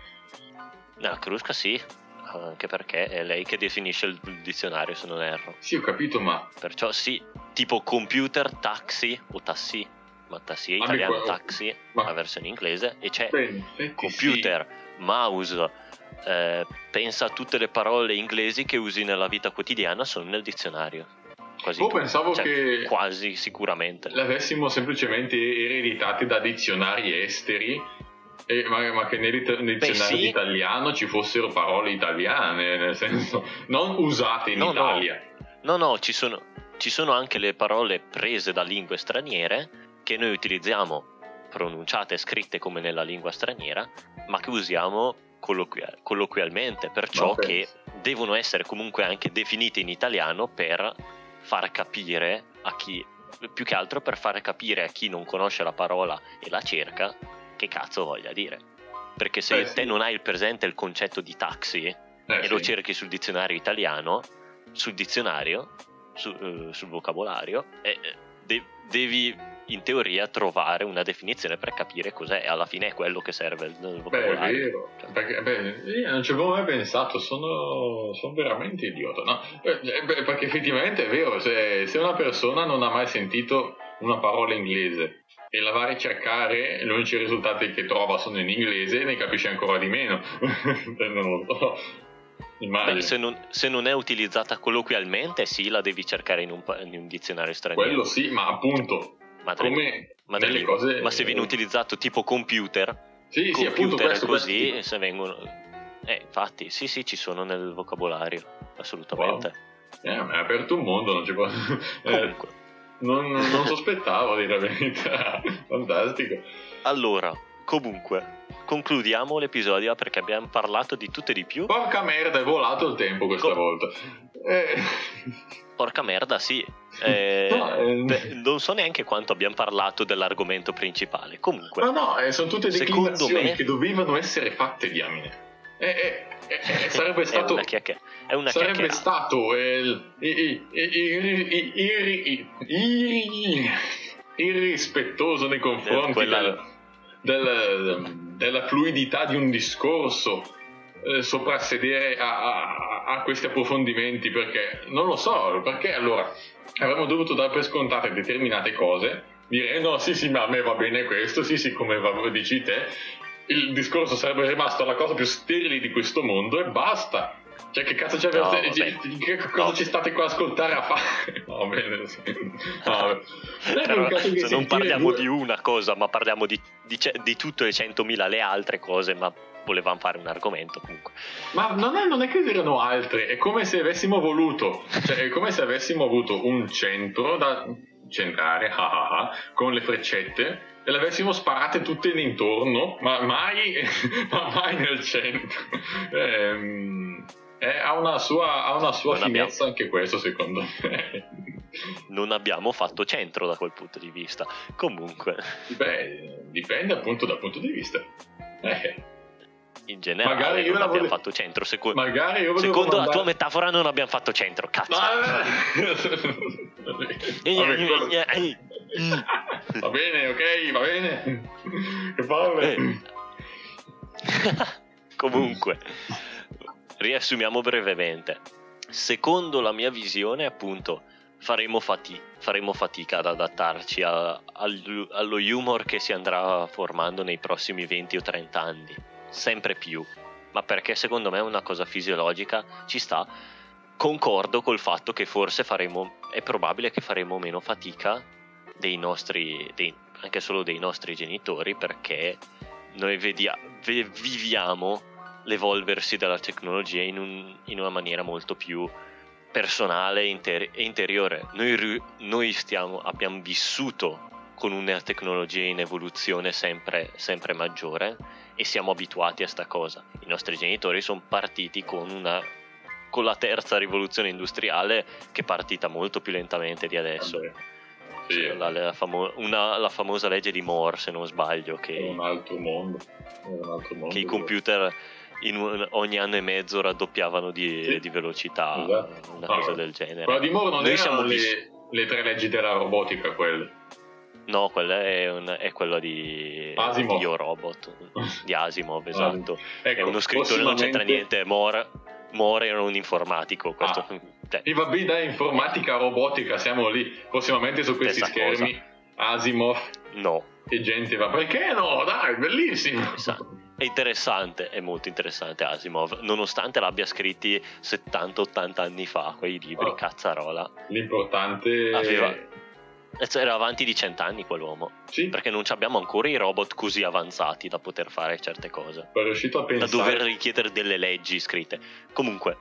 Nella Crusca sì, anche perché è lei che definisce il dizionario, se non erro. Sì, ho capito, ma... Perciò sì, tipo computer, taxi o tassi. Ma tassi è Ah, italiano, beh, taxi, ma- la versione inglese. E c'è Beh, in effetti computer, mouse, eh, pensa a tutte le parole inglesi che usi nella vita quotidiana sono nel dizionario. Quasi Oh, tutte. pensavo Cioè, che- quasi sicuramente. sì, l'avessimo semplicemente ereditati da dizionari esteri, e, ma, ma che nei, rit- nei dizionari sì. italiano ci fossero parole italiane, nel senso, non usate in No, no. Italia. No, no, ci sono, ci sono anche le parole prese da lingue straniere che noi utilizziamo pronunciate e scritte come nella lingua straniera, ma che usiamo colloquia- colloquialmente, perciò Ma che penso. devono essere comunque anche definite in italiano per far capire a chi, più che altro per far capire a chi non conosce la parola e la cerca, che cazzo voglia dire. Perché se Eh, te sì. non hai il presente il concetto di taxi Eh, e lo sì. cerchi sul dizionario italiano, sul dizionario, su- eh, sul vocabolario, eh, eh, de- devi in teoria trovare una definizione per capire cos'è, e alla fine è quello che serve nel Beh, è vocabolario. vero, perché, beh, io non ci avevo mai pensato, sono, sono veramente idiota, no? Eh, beh, perché effettivamente è vero, se, se una persona non ha mai sentito una parola inglese e la va a ricercare, gli unici risultati che trova sono in inglese, ne capisce ancora di meno. Non lo so. Immagino. Beh, se, non, se non è utilizzata colloquialmente, sì, la devi cercare in un, pa- in un dizionario straniero. Quello sì, ma appunto, Madrelingua, come madrelingua. nelle cose... Ma se viene utilizzato tipo computer, Sì, sì, appunto computer questo, questo così, dico. se vengono... Eh, infatti, sì, sì, ci sono nel vocabolario, assolutamente. Wow. Eh, mi ha aperto un mondo, non ci può... eh, Comunque, non, non sospettavo, a dire la verità. Fantastico. allora, comunque, concludiamo l'episodio perché abbiamo parlato di tutto e di più. Porca merda, è volato il tempo questa Co- volta. Eh, Porca merda, sì. Eh, No, eh, beh, non so neanche quanto abbiamo parlato dell'argomento principale. Comunque, ma no, eh, sono tutte Secondo declinazioni me- che dovevano essere fatte, diamine. Eh, eh, eh, eh, sarebbe è stato... una chiacchier- è una Sarebbe chiacchierata. stato eh, il, il, il, il, il, il- irrispettoso nei confronti Quella- del, del- della fluidità di un discorso, eh, soprassedere a, a, a questi approfondimenti, perché non lo so, perché allora avremmo dovuto dare per scontate determinate cose, dire no sì sì ma a me va bene questo, sì sì come va, dici te, il discorso sarebbe rimasto la cosa più sterile di questo mondo e basta. Cioè che cazzo c'è No, per- vabbè. che cosa No. ci state qua a ascoltare a fare? No, bene, sì. No, vabbè. Eh, Però, un cazzo che se non sentire parliamo due- di una cosa, ma parliamo di, di, ce- di tutte le centomila le altre cose, ma volevamo fare un argomento comunque. Ma non è, non è che erano altre, è come se avessimo voluto, cioè è come se avessimo avuto un centro da centrare, ah ah ah, con le freccette, e le avessimo sparate tutte intorno, ma mai, ma mai nel centro. Ehm, è- ha una sua, ha una sua Non abbiamo- finezza anche questo, secondo me. non abbiamo fatto centro da quel punto di vista. Comunque, beh, dipende appunto dal punto di vista. Eh. In generale non abbiamo vole... fatto centro. Seco... Magari io Secondo mandare... la tua metafora non abbiamo fatto centro, cazzo. Ma... va bene, ok, va bene. Che palle. Eh. Comunque, riassumiamo brevemente. Secondo la mia visione, appunto, faremo, fati- faremo fatica ad adattarci a, al, allo humor che si andrà formando nei prossimi venti o trenta anni, sempre più, ma perché secondo me è una cosa fisiologica, ci sta. Concordo col fatto che forse faremo, è probabile che faremo meno fatica dei nostri, dei, anche solo dei nostri genitori, perché noi vedia, viviamo l'evolversi della tecnologia in, un, in una maniera molto più personale e inter- interiore. Noi, noi stiamo, abbiamo vissuto con una tecnologia in evoluzione sempre, sempre maggiore e siamo abituati a sta cosa. I nostri genitori sono partiti con una con la terza rivoluzione industriale, che è partita molto più lentamente di adesso. Sì, cioè, la, la, famo- una, la famosa legge di Moore, se non sbaglio, che, è un altro mondo, è un altro mondo che i computer in un, ogni anno e mezzo raddoppiavano di, sì. di velocità, esatto. Una cosa allora, del genere. Quella di Moore non Noi erano le, vis- le tre leggi della robotica, quelle. No, quella è, un, è quella di Asimov. di Io Robot, di Asimov, esatto. Ecco, è uno scrittore, prossimamente... non c'entra niente. Moore, Moore era un informatico. Questo, ah. cioè. E vabbè, dai, informatica, robotica, siamo lì. Prossimamente su questi Stessa schermi, cosa. Asimov. No. E gente va, perché no? Dai, bellissimo. È interessante, è molto interessante Asimov, nonostante l'abbia scritti settanta ottanta anni fa, quei libri, oh. Cazzarola. L'importante... Aveva... Era avanti di cent'anni quell'uomo, sì. Perché non abbiamo ancora i robot così avanzati da poter fare certe cose. È riuscito a pensare... Da dover richiedere delle leggi scritte. Comunque,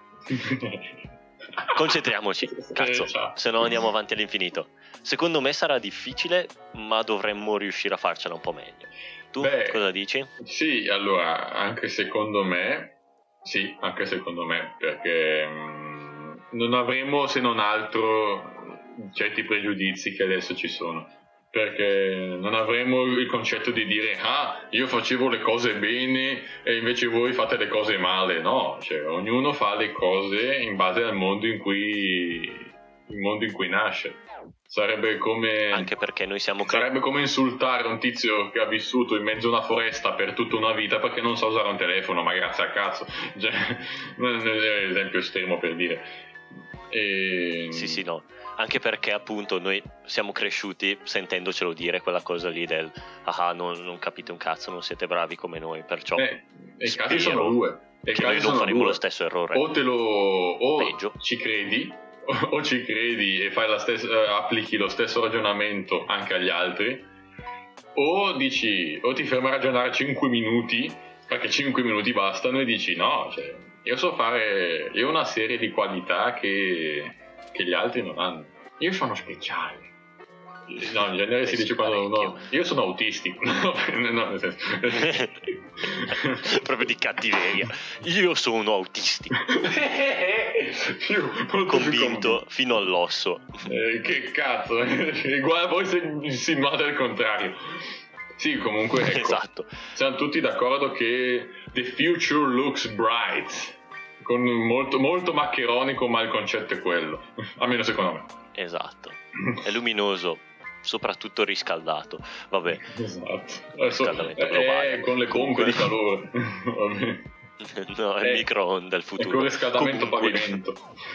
concentriamoci, cazzo, eh, se no andiamo avanti all'infinito. Secondo me sarà difficile, ma dovremmo riuscire a farcela un po' meglio. Tu Beh, cosa dici? Sì, allora, anche secondo me, sì, anche secondo me, perché mh, non avremo, se non altro... certi pregiudizi che adesso ci sono, perché non avremo il concetto di dire ah, io facevo le cose bene e invece voi fate le cose male. No, cioè ognuno fa le cose in base al mondo in cui il mondo in cui nasce. Sarebbe come anche perché noi siamo sarebbe come insultare un tizio che ha vissuto in mezzo a una foresta per tutta una vita perché non sa usare un telefono, ma grazie a cazzo, cioè, è un esempio estremo per dire. E... sì sì no anche perché appunto noi siamo cresciuti sentendocelo dire quella cosa lì del ah non, non capite un cazzo, non siete bravi come noi, perciò eh, e i casi sono due e che noi non faremo due. Lo stesso errore, o te lo o peggio. Ci credi o, o ci credi e fai la stessa, eh, applichi lo stesso ragionamento anche agli altri, o dici o ti fermi a ragionare cinque minuti perché cinque minuti bastano e dici no, cioè io so fare, io ho una serie di qualità che, che gli altri non hanno. Io sono speciale. No, in genere si dice quando uno... Io sono autistico. No, no, nel senso... proprio di cattiveria. Io sono autistico. Convinto fino all'osso. Eh, che cazzo. Guarda, poi si, si nota il contrario. Sì, comunque ecco, esatto. Siamo tutti d'accordo che the future looks bright, con molto, molto maccheronico, ma il concetto è quello, almeno secondo me. Esatto, è luminoso, soprattutto riscaldato, vabbè. Esatto. Adesso, riscaldamento globale. Eh, con le pompe di calore. Vabbè. No, è il microonde del futuro. È con il riscaldamento comunque... pavimento.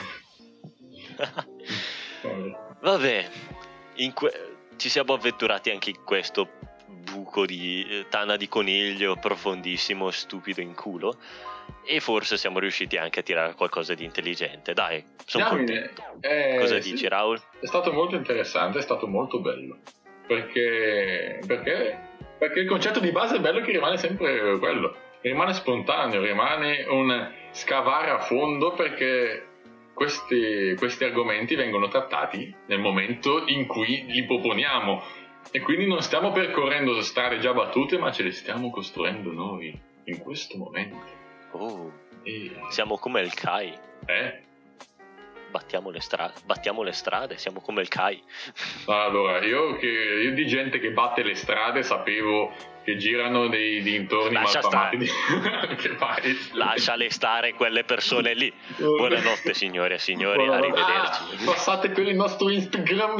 Vabbè, vabbè. In que... ci siamo avventurati anche in questo buco di eh, tana di coniglio profondissimo, stupido in culo, e forse siamo riusciti anche a tirare qualcosa di intelligente. Dai, sono contento. Eh, cosa sì, dici, Raul? È stato molto interessante, è stato molto bello, perché perché perché il concetto di base è bello, che rimane sempre quello, rimane spontaneo, rimane un scavare a fondo, perché questi, questi argomenti vengono trattati nel momento in cui li proponiamo. E quindi non stiamo percorrendo strade già battute, ma ce le stiamo costruendo noi, in questo momento. Oh, e... siamo come il Kai. Eh? battiamo le, stra- battiamo le strade, siamo come il C A I. Allora, io, che, io di gente che batte le strade sapevo che girano dei dintorni Lascia malfamati. Che fai? Lasciale stare quelle persone lì. Buonanotte signore e signori, Buonanotte. arrivederci. Ah, passate per il nostro Instagram.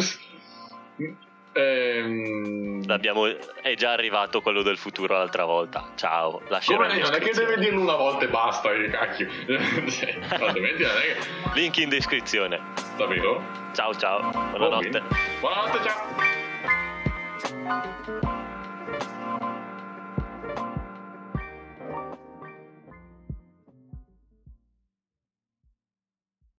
Ehm... L'abbiamo, è già arrivato quello del futuro l'altra volta. Ciao, lascerò Come non è che deve dirlo una volta e basta, che cacchio. Cioè, altrimenti non è che... Link in descrizione. Davvero? Ciao ciao, buonanotte. Buonanotte, ciao.